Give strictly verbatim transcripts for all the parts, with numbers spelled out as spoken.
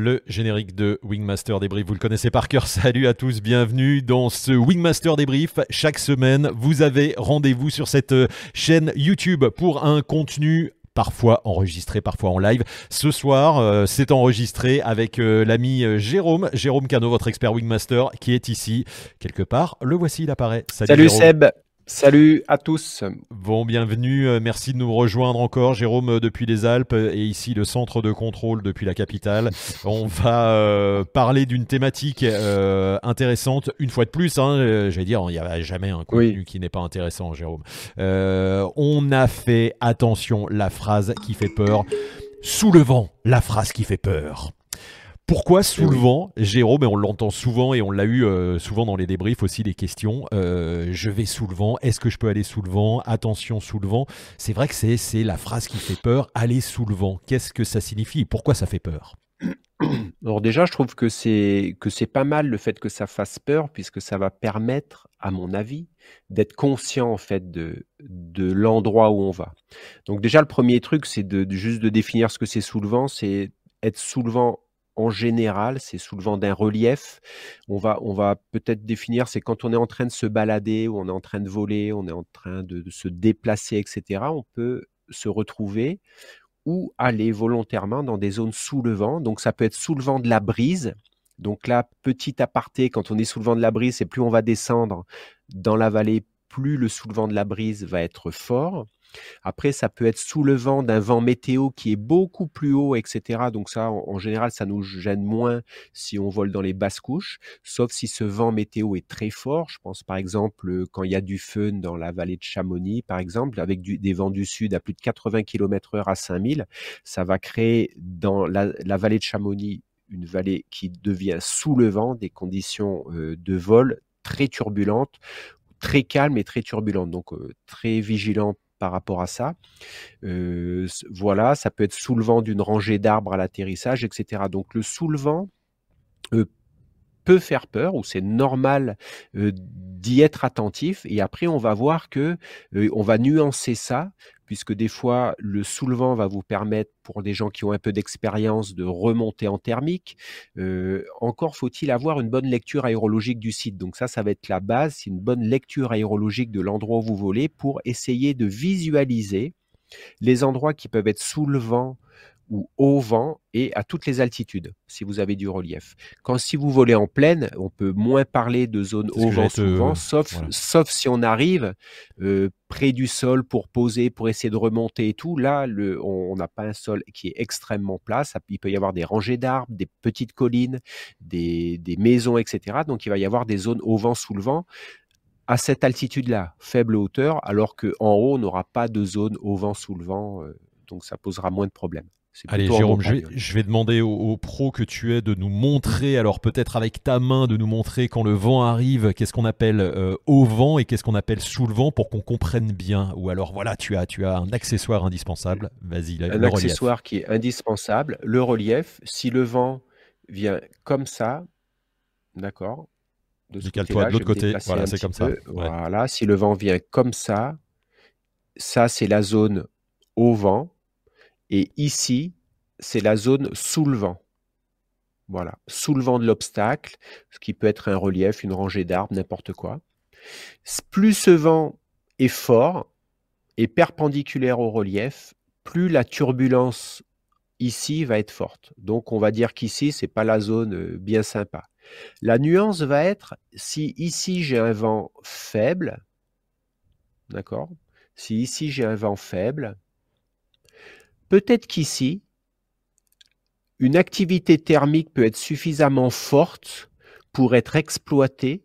le générique de Wingmaster Débrief. Vous le connaissez par cœur. Salut à tous, bienvenue dans ce Wingmaster Débrief. Chaque semaine, vous avez rendez-vous sur cette chaîne YouTube pour un contenu parfois enregistré, parfois en live. Ce soir, euh, c'est enregistré avec euh, l'ami Jérôme, Jérôme Cano, votre expert Wingmaster, qui est ici quelque part. Le voici, il apparaît. Salut, Salut Jérôme. Seb. Salut à tous. Bon, bienvenue. Euh, merci de nous rejoindre encore, Jérôme, euh, depuis les Alpes et ici le centre de contrôle depuis la capitale. On va euh, parler d'une thématique euh, intéressante, une fois de plus. Hein, euh, J'allais dire, il n'y a jamais un contenu oui. qui n'est pas intéressant, Jérôme. Euh, on a fait, attention, la phrase qui fait peur. Sous le vent, la phrase qui fait peur. Pourquoi sous le vent, Jérôme, et on l'entend souvent et on l'a eu euh, souvent dans les débriefs aussi, les questions, euh, je vais sous le vent, est-ce que je peux aller sous le vent? Attention, sous le vent. C'est vrai que c'est, c'est la phrase qui fait peur, aller sous le vent. Qu'est-ce que ça signifie et pourquoi ça fait peur? Alors déjà, je trouve que c'est, que c'est pas mal le fait que ça fasse peur, puisque ça va permettre, à mon avis, d'être conscient en fait de, de l'endroit où on va. Donc déjà, le premier truc, c'est de, de juste de définir ce que c'est sous le vent, c'est être sous le vent. En général, c'est sous le vent d'un relief. On va, on va peut-être définir, c'est quand on est en train de se balader, ou on est en train de voler, on est en train de, de se déplacer, et cetera. On peut se retrouver ou aller volontairement dans des zones sous le vent. Donc, ça peut être sous le vent de la brise. Donc là, petit aparté, quand on est sous le vent de la brise, c'est plus on va descendre dans la vallée, plus le soulevant de la brise va être fort. Après, ça peut être sous le vent d'un vent météo qui est beaucoup plus haut, et cetera. Donc ça, en, en général, ça nous gêne moins si on vole dans les basses couches, sauf si ce vent météo est très fort. Je pense par exemple quand il y a du fun dans la vallée de Chamonix, par exemple, avec du, des vents du sud à plus de quatre-vingts kilomètres heure à cinq mille, ça va créer dans la, la vallée de Chamonix une vallée qui devient sous le vent, des conditions euh, de vol très turbulentes, très calmes et très turbulentes, donc euh, très vigilants par rapport à ça. Euh, voilà, ça peut être sous le vent d'une rangée d'arbres à l'atterrissage, et cetera. Donc le sous le vent euh, peut faire peur, ou c'est normal euh, d'y être attentif, et après on va voir que euh, on va nuancer ça, puisque des fois le soulevant va vous permettre, pour des gens qui ont un peu d'expérience, de remonter en thermique. Euh, encore faut-il avoir une bonne lecture aérologique du site, donc ça, ça va être la base, c'est une bonne lecture aérologique de l'endroit où vous volez pour essayer de visualiser les endroits qui peuvent être sous le vent ou au vent et à toutes les altitudes, si vous avez du relief. Quand si vous volez en plaine, on peut moins parler de zones au vent, sous le vent, sauf, voilà. sauf si on arrive euh, près du sol pour poser, pour essayer de remonter et tout. Là, le, on n'a pas un sol qui est extrêmement plat. Ça, il peut y avoir des rangées d'arbres, des petites collines, des, des maisons, et cetera. Donc, il va y avoir des zones au vent, sous le vent, à cette altitude-là, faible hauteur, alors qu'en haut, on n'aura pas de zone au vent, sous le vent. Euh, donc, ça posera moins de problèmes. Allez Jérôme, je vais, je vais demander au, au pro que tu es de nous montrer, alors peut-être avec ta main, de nous montrer quand le vent arrive, qu'est-ce qu'on appelle euh, au vent et qu'est-ce qu'on appelle sous le vent pour qu'on comprenne bien. Ou alors voilà, tu as, tu as un accessoire indispensable. Vas-y, le, un le accessoire relief. qui est indispensable, le relief. Si le vent vient comme ça, d'accord, de ce Décale-toi de l'autre côté, voilà, c'est comme peu. ça. Ouais. Voilà, si le vent vient comme ça, ça c'est la zone au vent. Et ici, c'est la zone sous le vent. Voilà, sous le vent de l'obstacle, ce qui peut être un relief, une rangée d'arbres, n'importe quoi. Plus ce vent est fort et perpendiculaire au relief, plus la turbulence ici va être forte. Donc, on va dire qu'ici, ce n'est pas la zone bien sympa. La nuance va être, si ici j'ai un vent faible, d'accord? Si ici j'ai un vent faible, peut-être qu'ici, une activité thermique peut être suffisamment forte pour être exploitée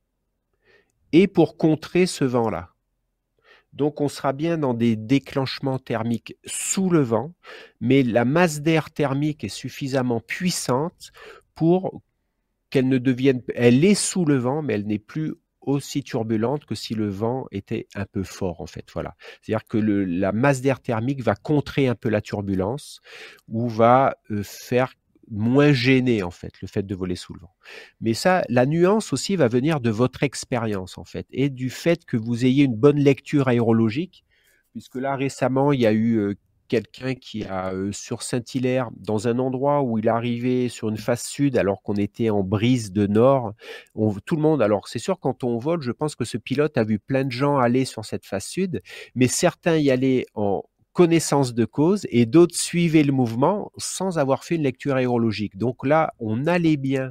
et pour contrer ce vent-là. Donc, on sera bien dans des déclenchements thermiques sous le vent, mais la masse d'air thermique est suffisamment puissante pour qu'elle ne devienne... Elle est sous le vent, mais elle n'est plus aussi turbulente que si le vent était un peu fort, en fait. Voilà. C'est-à-dire que le, la masse d'air thermique va contrer un peu la turbulence ou va euh, faire moins gêner, en fait, le fait de voler sous le vent. Mais ça, la nuance aussi va venir de votre expérience, en fait, et du fait que vous ayez une bonne lecture aérologique, puisque là, récemment, il y a eu... Euh, quelqu'un qui a, heu, sur Saint-Hilaire, dans un endroit où il est arrivé sur une face sud alors qu'on était en brise de nord, on tout le monde alors c'est sûr quand on vole, je pense que ce pilote a vu plein de gens aller sur cette face sud, mais certains y allaient en connaissance de cause et d'autres suivaient le mouvement sans avoir fait une lecture aérologique. Donc là, on allait bien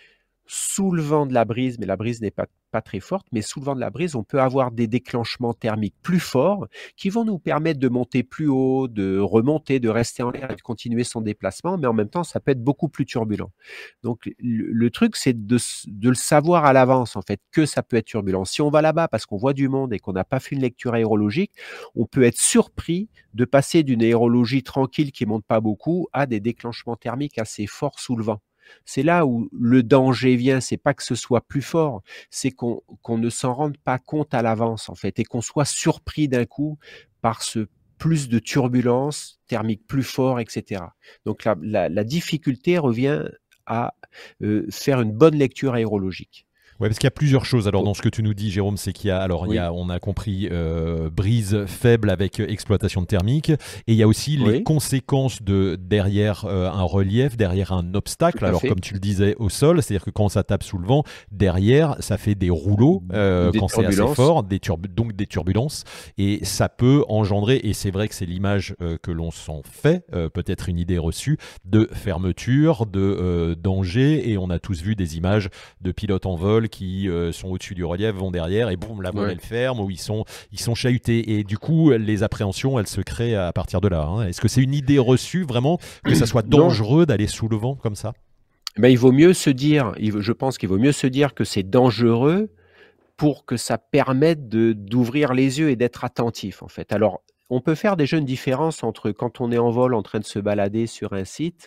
sous le vent de la brise, mais la brise n'est pas, pas très forte, mais sous le vent de la brise, on peut avoir des déclenchements thermiques plus forts qui vont nous permettre de monter plus haut, de remonter, de rester en l'air et de continuer son déplacement, mais en même temps, ça peut être beaucoup plus turbulent. Donc, le, le truc, c'est de, de le savoir à l'avance, en fait, que ça peut être turbulent. Si on va là-bas parce qu'on voit du monde et qu'on n'a pas fait une lecture aérologique, on peut être surpris de passer d'une aérologie tranquille qui monte pas beaucoup à des déclenchements thermiques assez forts sous le vent. C'est là où le danger vient, c'est pas que ce soit plus fort, c'est qu'on qu'on ne s'en rende pas compte à l'avance en fait et qu'on soit surpris d'un coup par ce plus de turbulence thermique plus fort, et cetera. Donc la, la, la difficulté revient à euh, faire une bonne lecture aérologique. Ouais, parce qu'il y a plusieurs choses. Alors, dans ce que tu nous dis, Jérôme, c'est qu'il y a, alors, Oui. il y a, on a compris, euh, brise faible avec euh, exploitation thermique, et il y a aussi Oui. les conséquences de derrière euh, un relief, derrière un obstacle. Alors, fait. comme tu le disais, au sol, c'est-à-dire que quand ça tape sous le vent, derrière, ça fait des rouleaux euh, Des quand c'est assez turbulences. fort, des turb- donc des turbulences, et ça peut engendrer. Et c'est vrai que c'est l'image euh, que l'on s'en fait, euh, peut-être une idée reçue de fermeture, de euh, danger, et on a tous vu des images de pilotes en vol qui euh, sont au-dessus du relief, vont derrière et boum, la voile Ouais. elle ferme ou ils sont, ils sont chahutés. Et du coup, les appréhensions, elles se créent à partir de là. Hein. Est-ce que c'est une idée reçue vraiment que ça soit dangereux d'aller sous le vent comme ça ? Ben, il vaut mieux se dire, il, je pense qu'il vaut mieux se dire que c'est dangereux pour que ça permette de, d'ouvrir les yeux et d'être attentif en fait. Alors, on peut faire déjà une différence entre quand on est en vol en train de se balader sur un site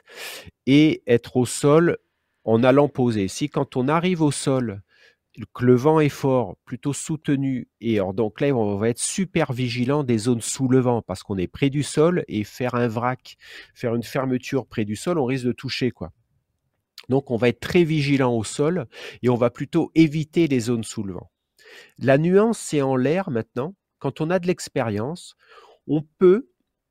et être au sol en allant poser. Si quand on arrive au sol, que le vent est fort, plutôt soutenu, et alors donc là, on va être super vigilant des zones sous le vent parce qu'on est près du sol et faire un vrac, faire une fermeture près du sol, on risque de toucher, quoi. Donc, on va être très vigilant au sol et on va plutôt éviter les zones sous le vent. La nuance, c'est en l'air maintenant. Quand on a de l'expérience, on peut,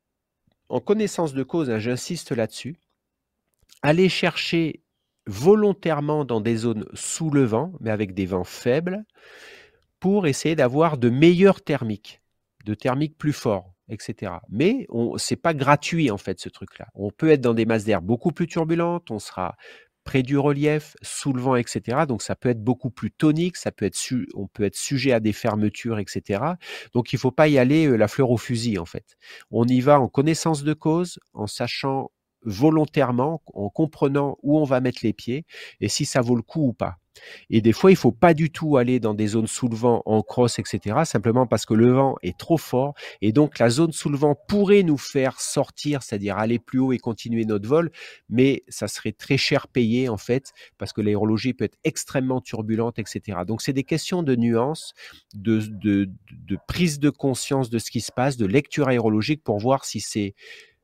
en connaissance de cause, hein, j'insiste là-dessus, aller chercher volontairement dans des zones sous le vent, mais avec des vents faibles, pour essayer d'avoir de meilleures thermiques, de thermiques plus forts, et cetera. Mais ce n'est pas gratuit, en fait, ce truc-là. On peut être dans des masses d'air beaucoup plus turbulentes, on sera près du relief, sous le vent, et cetera. Donc, ça peut être beaucoup plus tonique, ça peut être su- on peut être sujet à des fermetures, et cetera. Donc, il ne faut pas y aller euh, la fleur au fusil, en fait. On y va en connaissance de cause, en sachant volontairement, en comprenant où on va mettre les pieds et si ça vaut le coup ou pas. Et des fois, il ne faut pas du tout aller dans des zones sous le vent, en crosse, et cetera, simplement parce que le vent est trop fort. Et donc, la zone sous le vent pourrait nous faire sortir, c'est-à-dire aller plus haut et continuer notre vol, mais ça serait très cher payé, en fait, parce que l'aérologie peut être extrêmement turbulente, et cetera. Donc, c'est des questions de nuances, de, de, de prise de conscience de ce qui se passe, de lecture aérologique pour voir si c'est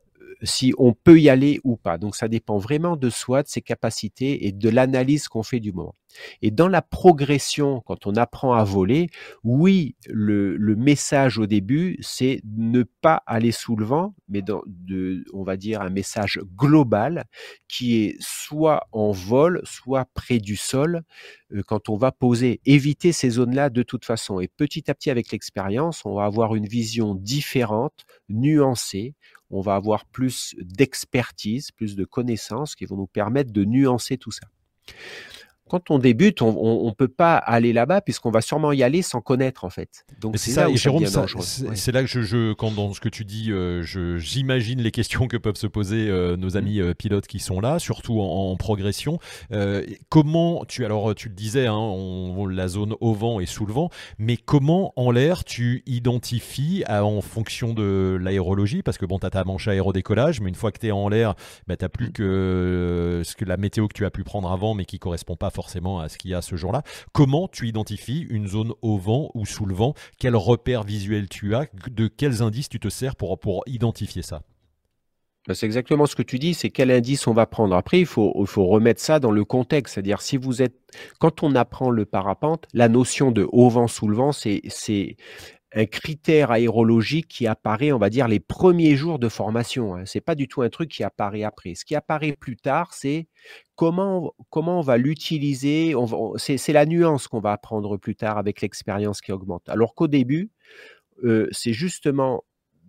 si on peut y aller ou pas. Donc, ça dépend vraiment de soi, de ses capacités et de l'analyse qu'on fait du moment. Et dans la progression, quand on apprend à voler, oui, le, le message au début, c'est ne pas aller sous le vent, mais dans, de, on va dire, un message global qui est soit en vol, soit près du sol euh, quand on va poser. Éviter ces zones-là de toute façon. Et petit à petit, avec l'expérience, on va avoir une vision différente, nuancée. On va avoir plus d'expertise, plus de connaissances qui vont nous permettre de nuancer tout ça. Quand on débute, on ne peut pas aller là-bas puisqu'on va sûrement y aller sans connaître en fait. Donc c'est, c'est ça, là où ça devient dangereux. C'est, ouais. c'est là que je, je, quand dans ce que tu dis, euh, je, j'imagine les questions que peuvent se poser euh, nos amis euh, pilotes qui sont là, surtout en, en progression. Euh, comment tu, alors tu le disais, hein, on, la zone au vent et sous le vent, mais comment en l'air tu identifies à, en fonction de l'aérologie, parce que bon, tu as ta manche à aérodécollage, mais une fois que tu es en l'air, bah, tu n'as plus que euh, ce que la météo que tu as pu prendre avant, mais qui ne correspond pas forcément forcément à ce qu'il y a ce jour-là. Comment tu identifies une zone au vent ou sous le vent? Quels repères visuels tu as? De quels indices tu te sers pour, pour identifier ça? C'est exactement ce que tu dis, c'est quel indice on va prendre. Après, il faut, il faut remettre ça dans le contexte. C'est-à-dire, si vous êtes, quand on apprend le parapente, la notion de haut vent, sous le vent, c'est, c'est un critère aérologique qui apparaît, on va dire, les premiers jours de formation, hein. Ce n'est pas du tout un truc qui apparaît après. Ce qui apparaît plus tard, c'est comment comment on va l'utiliser. On va on c'est c'est la nuance qu'on va apprendre plus tard avec l'expérience qui augmente. Alors qu'au début, heu, c'est justement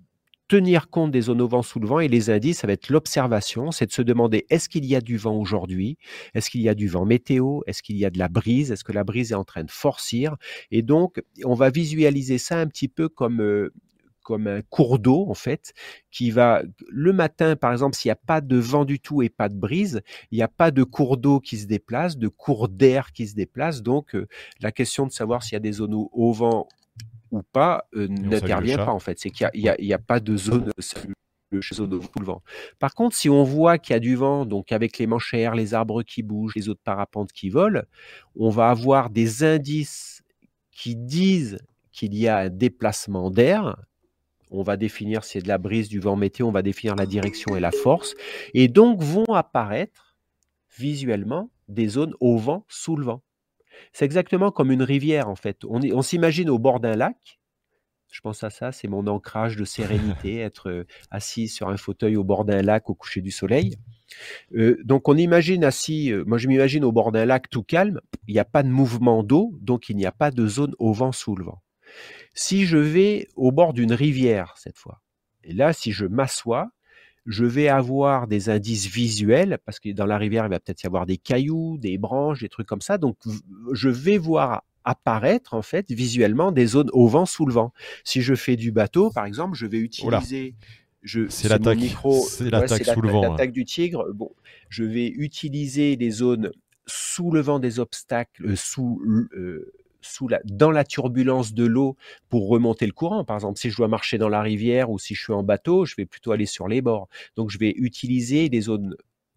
tenir compte des zones au vent, sous le vent et les indices, ça va être l'observation, c'est de se demander: «Est-ce qu'il y a du vent aujourd'hui? Est-ce qu'il y a du vent météo? Est-ce qu'il y a de la brise? Est-ce que la brise est en train de forcir?» Et donc on va visualiser ça un petit peu comme, heu, comme un cours d'eau en fait, qui va le matin par exemple, s'il y a pas de vent du tout et pas de brise, il y a pas de cours d'eau qui se déplace, de cours d'air qui se déplace, donc heu, la question de savoir s'il y a des zones au au vent ou pas, heu, Et on salue le n'intervient chat. pas en fait. C'est qu'il y a il y Ouais. a il y a pas de zone, salut le zone au sous le vent. Par contre, si on voit qu'il y a du vent, donc avec les manches à air, les arbres qui bougent, les autres parapentes qui volent, on va avoir des indices qui disent qu'il y a un déplacement d'air. On va définir s'il y a de la brise, du vent météo, on va définir la direction et la force et donc vont apparaître visuellement des zones au vent, sous le vent. C'est exactement comme une rivière en fait. On est on s'imagine au bord d'un lac. Je pense à ça, c'est mon ancrage de sérénité, être, heu, assis sur un fauteuil au bord d'un lac au coucher du soleil. Heu, donc on imagine assis, heu, moi je m'imagine au bord d'un lac tout calme, il y a pas de mouvement d'eau, donc il n'y a pas de zone au vent, sous le vent. Si je vais au bord d'une rivière cette fois, et là si je m'assois, je vais avoir des indices visuels parce que dans la rivière, il va peut-être y avoir des cailloux, des branches, des trucs comme ça, donc v je vais voir apparaître en fait visuellement des zones au vent, sous le vent. Si je fais du bateau par exemple, je vais Oh là! utiliser je C'est c'est mon l'attaque, micro, c'est ouais, l'attaque c'est sous le l'atta vent, là. l'attaque du tigre. Bon, je vais utiliser les zones sous le vent des obstacles, heu, sous l heu, sous la dans la turbulence de l'eau pour remonter le courant. Par exemple, si je dois marcher dans la rivière ou si je suis en bateau, je vais plutôt aller sur les bords. Donc je vais utiliser des zones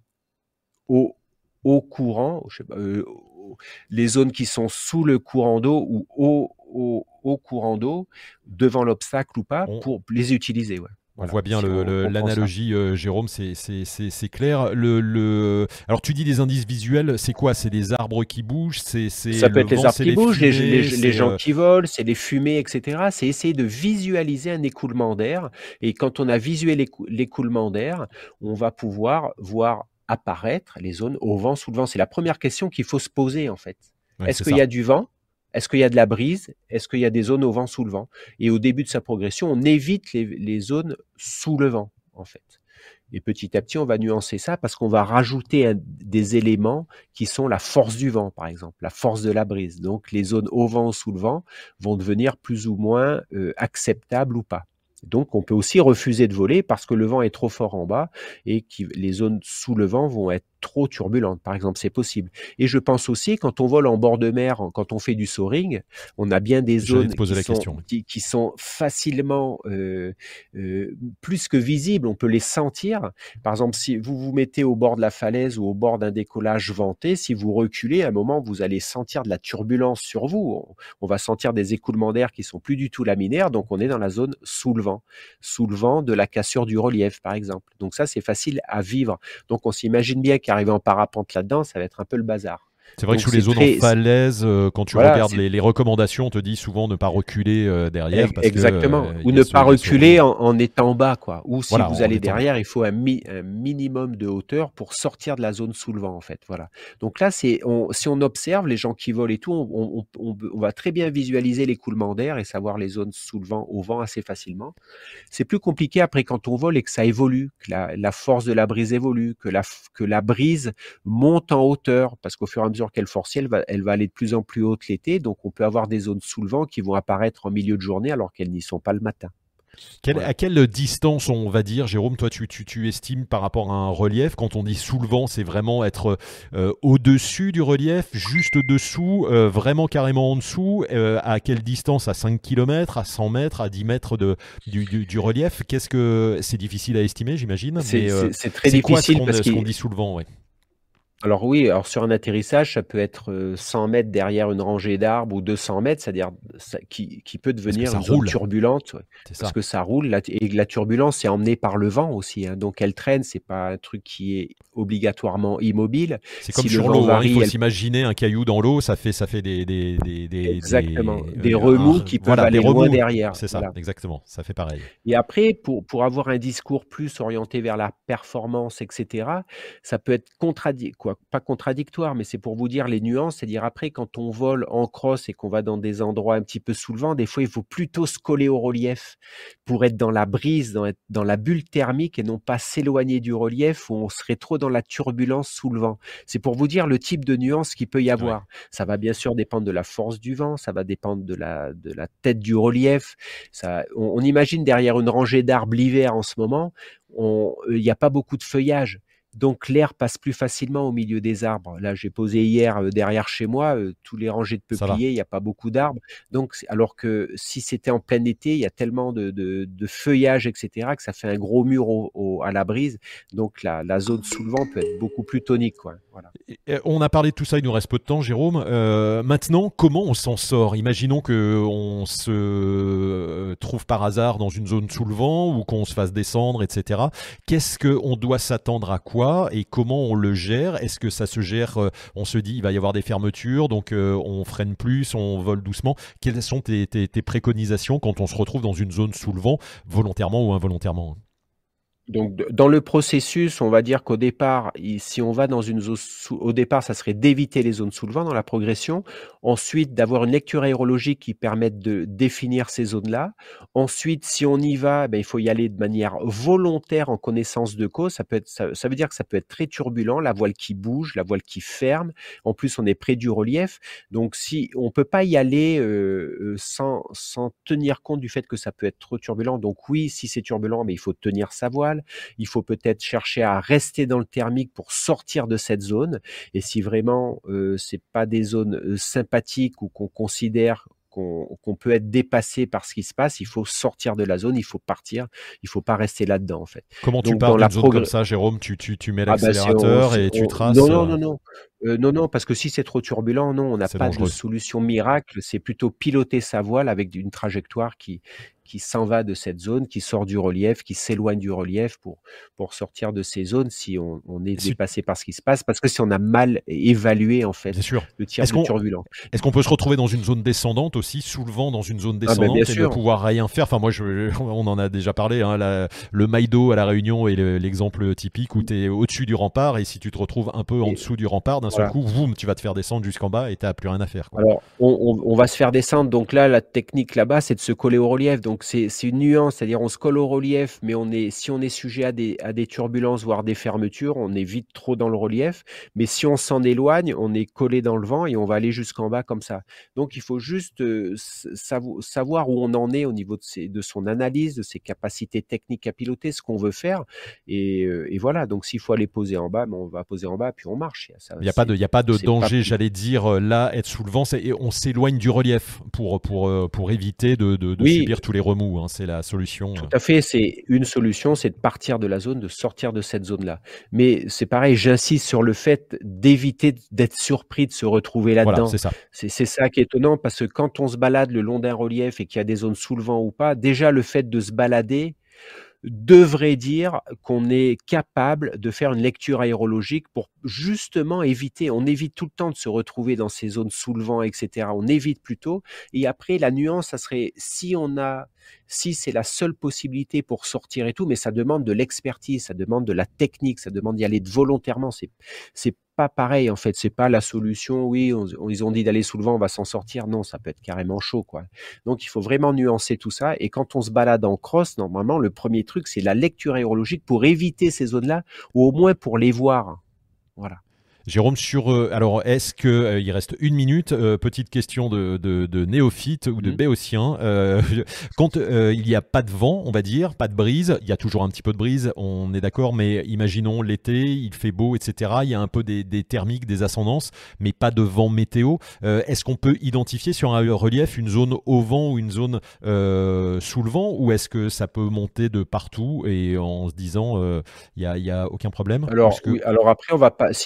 au haut courant, je sais pas, heu, au les zones qui sont sous le courant d'eau ou au au haut courant d'eau, devant l'obstacle ou pas, On pour les utiliser, ouais. On Voilà, voit bien si le on le comprend ça. l'analogie, heu, Jérôme, c'est c'est c'est c'est clair. Le le alors tu dis des indices visuels, c'est quoi? C'est des arbres qui bougent? C'est c'est Ça peut le être les vent, arbres c'est qui les bougent, les g les fumées? g les C'est, gens heu qui volent, c'est les fumées et cetera. C'est essayer de visualiser un écoulement d'air et quand on a visué l'écou l'écoulement d'air, on va pouvoir voir apparaître les zones au vent, sous le vent. C'est la première question qu'il faut se poser, en fait. ouais, Est-ce c'est qu'il y ça. a du vent? Est-ce qu'il y a de la brise? Est-ce qu'il y a des zones au vent, sous le vent? Et au début de sa progression, on évite les les zones sous le vent, en fait. Et petit à petit, on va nuancer ça parce qu'on va rajouter un des éléments qui sont la force du vent, par exemple, la force de la brise. Donc les zones au vent, sous le vent vont devenir plus ou moins, heu, acceptables ou pas. Donc on peut aussi refuser de voler parce que le vent est trop fort en bas et qui les zones sous le vent vont être trop turbulentes, par exemple, c'est possible. Et je pense aussi quand on vole en bord de mer, en quand on fait du soaring, on a bien des J'allais zones te poser qui la sont question, oui. qui qui sont facilement, heu heu, plus que visibles, on peut les sentir. Par exemple, si vous vous mettez au bord de la falaise ou au bord d'un décollage venté, si vous reculez, à un moment, vous allez sentir de la turbulence sur vous. On, on va sentir des écoulements d'air qui sont plus du tout laminaires, donc on est dans la zone sous le vent, sous le vent de la cassure du relief, par exemple. Donc ça, c'est facile à vivre. Donc on s'imagine bien qu'arriver en parapente là-dedans, ça va être un peu le bazar. C'est vrai que Donc sous les c'est zones en très, falaise, heu, quand tu voilà, regardes c'est les les recommandations, on te dit souvent ne pas reculer, heu, derrière Ex parce que, exactement, heu, il ou y a ne ce pas il y a ce reculer rebond. en en étant bas, quoi. Ou si Voilà, vous en allez étant bas. derrière, il faut un mi un minimum de hauteur pour sortir de la zone sous le vent, en fait, voilà. Donc là, c'est on si on observe les gens qui volent et tout, on on on on on va très bien visualiser l'écoulement d'air et savoir les zones sous le vent, au vent assez facilement. C'est plus compliqué après quand on vole et que ça évolue, que la la force de la brise évolue, que la f que la brise monte en hauteur parce qu'au fur et à mesure qu'elle forcit, elle va elle va aller de plus en plus haute l'été, donc on peut avoir des zones sous le vent qui vont apparaître en milieu de journée alors qu'elles n'y sont pas le matin. Quelle Voilà. à quelle distance on va dire, Jérôme, toi tu tu tu estimes par rapport à un relief, quand on dit sous le vent, c'est vraiment être, heu, au-dessus du relief, juste dessous, heu, vraiment carrément en dessous? Heu, à quelle distance? À cinq kilomètres, à cent mètres, à dix mètres de du du du relief? Qu'est-ce que c'est difficile à estimer, j'imagine, C'est mais, heu, c'est c'est très c'est quoi ce difficile qu'on parce ce qu'on qu'il dit sous le vent? Ouais. Alors oui, alors sur un atterrissage, ça peut être, heu, cent mètres derrière une rangée d'arbres ou deux cents mètres, c'est-à-dire ça qui qui peut Parce que devenir ça une zone roule, turbulente, ouais, c'est parce ça. que ça roule, la et la turbulence est emmenée par le vent aussi, hein, donc elle traîne, c'est pas un truc qui est obligatoirement immobile. C'est comme Si le sur vent l'eau, hein, il varie, faut elle s'imaginer un caillou dans l'eau, ça fait ça fait des des des des exactement, des, des heu, un remous qui peuvent voilà, des aller loin remous. derrière, C'est ça, voilà. exactement, ça fait pareil. Et après, pour pour avoir un discours plus orienté vers la performance et cetera, ça peut être contradi quoi, pas contradictoire, mais c'est pour vous dire les nuances. C'est-à-dire après quand on vole en cross et qu'on va dans des endroits un petit peu sous le vent, des fois, il faut plutôt se coller au relief pour être dans la brise, dans être dans la bulle thermique et non pas s'éloigner du relief où on serait trop dans la turbulence sous le vent. C'est pour vous dire le type de nuance qu'il peut y Ouais. avoir. Ça va bien sûr dépendre de la force du vent, ça va dépendre de la de la tête du relief, ça on on imagine derrière une rangée d'arbres l'hiver en ce moment, on il y a pas beaucoup de feuillage, donc l'air passe plus facilement au milieu des arbres. Là, j'ai posé hier, heu, derrière chez moi, heu, tous les rangées de Ça va. peupliers, il y a pas beaucoup d'arbres, donc c'est alors que si c'était en plein été, il y a tellement de de de feuillage et cetera que ça fait un gros mur au au à la brise, donc la la zone sous le vent peut être beaucoup plus tonique, quoi, voilà. Et et on a parlé de tout ça, il nous reste peu de temps, Jérôme. Heu, maintenant, comment on s'en sort? Imaginons qu'on se, heu, trouve par hasard dans une zone sous le vent ou qu'on se fasse descendre et cetera. Qu'est-ce qu'on doit s'attendre à quoi et comment on le gère? Est-ce que ça se gère, heu, on se dit: «Il va y avoir des fermetures, donc heu, on freine plus, on vole doucement»? Quelles sont tes tes tes préconisations quand on se retrouve dans une zone sous le vent, volontairement ou involontairement? Donc de dans le processus, on va dire qu'au départ, i si on va dans une zone sous au départ, ça serait d'éviter les zones sous le vent dans la progression. Ensuite, d'avoir une lecture aérologique qui permette de définir ces zones-là. Ensuite, si on y va, beh, il faut y aller de manière volontaire en connaissance de cause. Ça peut être ça ça veut dire que ça peut être très turbulent, la voile qui bouge, la voile qui ferme. En plus, on est près du relief. Donc si on peut pas y aller, heu heu, sans sans tenir compte du fait que ça peut être trop turbulent. Donc oui, si c'est turbulent, mais il faut tenir sa voile. Il faut peut-être chercher à rester dans le thermique pour sortir de cette zone et si vraiment, heu, c'est pas des zones, heu, sympathiques ou qu'on considère qu'on qu'on peut être dépassé par ce qui se passe, il faut sortir de la zone, il faut partir, il faut pas rester là-dedans, en fait. Comment tu Donc pars dans la d'une zone comme progr ça, Jérôme? Tu tu tu mets ah bah, c'est on l'accélérateur c'est et tu on non, traces, non, heu? non, non, heu, non, non, parce que si c'est trop turbulent, non, on n'a C'est pas de dangereux. solution miracle. C'est plutôt piloter sa voile avec d une trajectoire qui qui s'en va de cette zone, qui sort du relief, qui s'éloigne du relief pour pour sortir de ces zones si on on est Si dépassé par ce qui se passe, parce que si on a mal é évalué, en Bien fait, sûr. le tiers Est-ce de qu'on turbulent. est-ce qu'on peut se retrouver dans une zone descendante aussi, sous le vent, dans une zone Ah bah, bien descendante et ne sûr. pouvoir rien faire? Enfin moi je on en a déjà parlé, hein, la le Maïdo à La Réunion est le l'exemple typique où Mmh. tu es au-dessus du rempart et si tu te retrouves un peu en Et dessous du rempart, d'un seul voilà. coup, voum, tu vas te faire descendre jusqu'en bas et tu as plus rien à faire, quoi. Alors, on on on va se faire descendre, donc là, la technique là-bas, c'est de se coller au relief. Donc c'est c'est une nuance, c'est-à-dire on se colle au relief, mais on est si on est sujet à des à des turbulences, voire des fermetures, on est vite trop dans le relief. Mais si on s'en éloigne, on est collé dans le vent et on va aller jusqu'en bas comme ça. Donc il faut juste, heu, s savo savoir où on en est au niveau de ses de son analyse, de ses capacités techniques à piloter, ce qu'on veut faire et heu et voilà. Donc s'il faut aller poser en bas, ben, on va poser en bas, puis on marche. Ça Il y a pas de c'est il y a pas de c'est pas danger, plus j'allais dire, heu, là, être sous le vent, c'est et on s'éloigne du relief pour pour, heu, pour éviter de de de oui. subir tous les remous, hein, c'est la solution, Tout heu. à fait, c'est une solution, c'est de partir de la zone, de sortir de cette zone-là. Mais c'est pareil, j'insiste sur le fait d'éviter d d'être surpris de se retrouver Voilà, là-dedans. c'est ça. C'est c'est ça qui est étonnant parce que quand on se balade le long d'un relief et qu'il y a des zones sous le vent ou pas, déjà le fait de se balader devrait dire qu'on est capable de faire une lecture aérologique pour justement éviter on évite tout le temps de se retrouver dans ces zones sous le vent et cetera. On évite plutôt et après la nuance, ça serait si on a si c'est la seule possibilité pour sortir et tout, mais ça demande de l'expertise, ça demande de la technique, ça demande d'y aller de volontairement. C'est c'est pas pareil en fait, c'est pas la solution: «Oui, on on ils ont dit d'aller sous le vent, on va s'en sortir». Non, ça peut être carrément chaud, quoi. Donc il faut vraiment nuancer tout ça et quand on se balade en cross, normalement, le premier truc, c'est la lecture aérologique pour éviter ces zones-là ou au moins pour les voir. Voilà. Jérôme, sur, euh, alors est-ce que euh, il reste une minute, euh, petite question de, de, de néophyte ou de Mmh. béotien. Euh, quand euh, il n'y a pas de vent, on va dire, pas de brise, il y a toujours un petit peu de brise, on est d'accord, mais imaginons l'été, il fait beau, et cetera. Il y a un peu des, des thermiques, des ascendances, mais pas de vent météo. Euh, est-ce qu'on peut identifier sur un relief une zone au vent ou une zone euh, sous le vent, ou est-ce que ça peut monter de partout et en se disant il euh, n'y a, y a aucun problème? Ou Alors est-ce que oui, alors après on va pas s'il y a pas de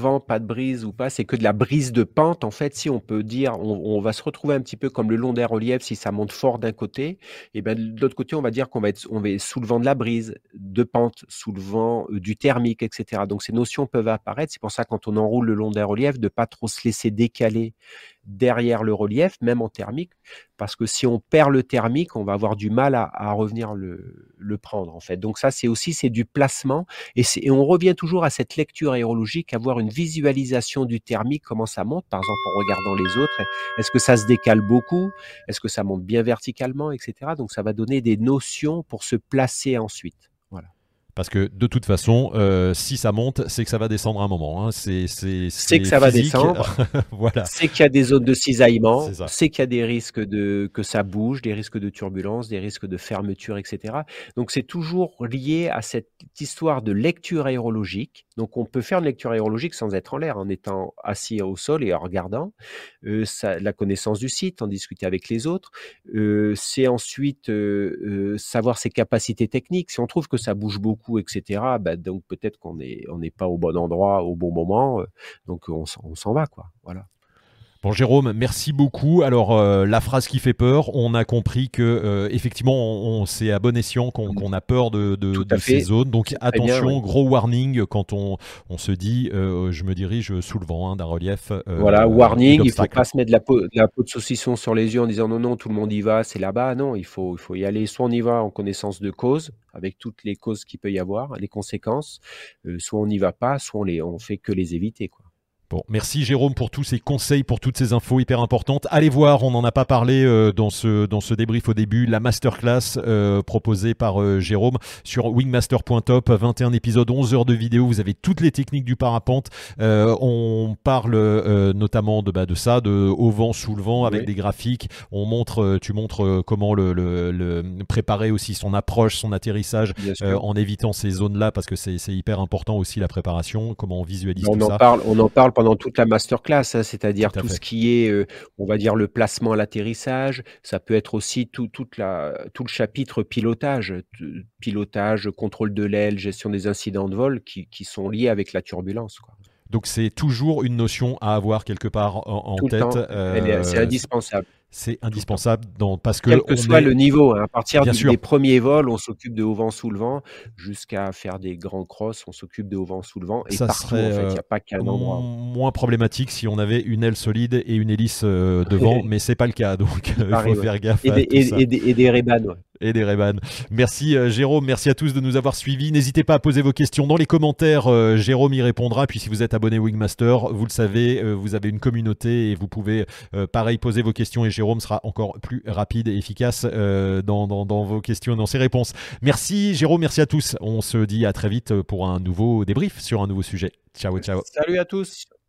vent, pas de brise ou pas, c'est que de la brise de pente. En fait, si on peut dire, on, on va se retrouver un petit peu comme le long d'un relief si ça monte fort d'un côté, et ben de l'autre côté, on va dire qu'on va être, on va être sous le vent de la brise, de pente, sous le vent euh, du thermique, et cetera. Donc ces notions peuvent apparaître. C'est pour ça quand on enroule le long d'un relief, de pas trop se laisser décaler derrière le relief, même en thermique, parce que si on perd le thermique, on va avoir du mal à, à revenir le, le prendre en fait. Donc ça, c'est aussi c'est du placement, et, c'est, et on revient toujours à cette lecture aérologique, avoir une visualisation du thermique, comment ça monte, par exemple en regardant les autres, est-ce que ça se décale beaucoup, est-ce que ça monte bien verticalement, et cetera. Donc ça va donner des notions pour se placer ensuite. Voilà. Parce que de toute façon, euh, si ça monte, c'est que ça va descendre à un moment. Hein. C'est, c'est, c'est que ça va physique. descendre. Voilà. C'est qu'il y a des zones de cisaillement. C'est, c'est qu'il y a des risques de que ça bouge, des risques de turbulence, des risques de fermeture, et cetera. Donc c'est toujours lié à cette histoire de lecture aérologique. Donc on peut faire une lecture aérologique sans être en l'air, en étant assis au sol et en regardant. Euh, ça, la connaissance du site, en discuter avec les autres. Euh, c'est ensuite euh, euh, savoir ses capacités techniques. Si on trouve que ça bouge beaucoup, et cetera, bah, donc peut-être qu'on n'est on n'est pas au bon endroit au bon moment, euh, donc on, on s'en va, quoi. Voilà. Bon, Jérôme, merci beaucoup. Alors, euh, la phrase qui fait peur, on a compris que euh, effectivement, on, on, c'est à bon escient qu'on, qu'on a peur de, de, de ces zones. Donc, attention, bien, oui. Gros warning quand on, on se dit, euh, je me dirige sous le vent hein, d'un relief. Euh, voilà, warning, il ne faut pas se mettre de la, peau, de la peau de saucisson sur les yeux en disant non, non, tout le monde y va, c'est là-bas. Non, il faut, il faut y aller. Soit on y va en connaissance de cause, avec toutes les causes qu'il peut y avoir, les conséquences, euh, soit on n'y va pas, soit on, les, on fait que les éviter, quoi. Bon, merci Jérôme pour tous ces conseils, pour toutes ces infos hyper importantes. Allez voir, on n'en a pas parlé euh, dans, ce, dans ce débrief au début, la masterclass euh, proposée par euh, Jérôme sur wingmaster point top, vingt et un épisodes, onze heures de vidéo, vous avez toutes les techniques du parapente. Euh, on parle euh, notamment de, bah, de ça, de au vent, sous le vent, avec oui. des graphiques. On montre, tu montres comment le, le, le préparer aussi son approche, son atterrissage, euh, en évitant ces zones-là, parce que c'est, c'est hyper important aussi la préparation, comment on visualise on tout en ça. Parle, on en parle pendant dans toute la masterclass, hein, c'est-à-dire tout, tout ce qui est, euh, on va dire, le placement à l'atterrissage. Ça peut être aussi tout, toute la, tout le chapitre pilotage, pilotage, contrôle de l'aile, gestion des incidents de vol qui, qui sont liés avec la turbulence, quoi. Donc c'est toujours une notion à avoir quelque part en, en tout tête. Le temps. Euh, c'est indispensable. C'est indispensable dans, parce que quel que soit est... le niveau, hein, à partir du, des premiers vols, on s'occupe de haut vent sous le vent, jusqu'à faire des grands crosses, on s'occupe de haut vent sous le vent, et ça partout serait, en fait, il n'y a pas qu'un endroit. Moins problématique si on avait une aile solide et une hélice euh, devant, mais c'est pas le cas, donc il faut ouais. faire gaffe et à des, tout et, ça. Et des, et des Ray-Ban, ouais. Et des Ray-Ban. Merci euh, Jérôme, merci à tous de nous avoir suivis. N'hésitez pas à poser vos questions dans les commentaires, euh, Jérôme y répondra. Puis si vous êtes abonné Wingmaster, vous le savez, euh, vous avez une communauté et vous pouvez euh, pareil poser vos questions et Jérôme sera encore plus rapide et efficace euh, dans, dans, dans vos questions et dans ses réponses. Merci Jérôme, merci à tous. On se dit à très vite pour un nouveau débrief sur un nouveau sujet. Ciao, ciao. Salut à tous.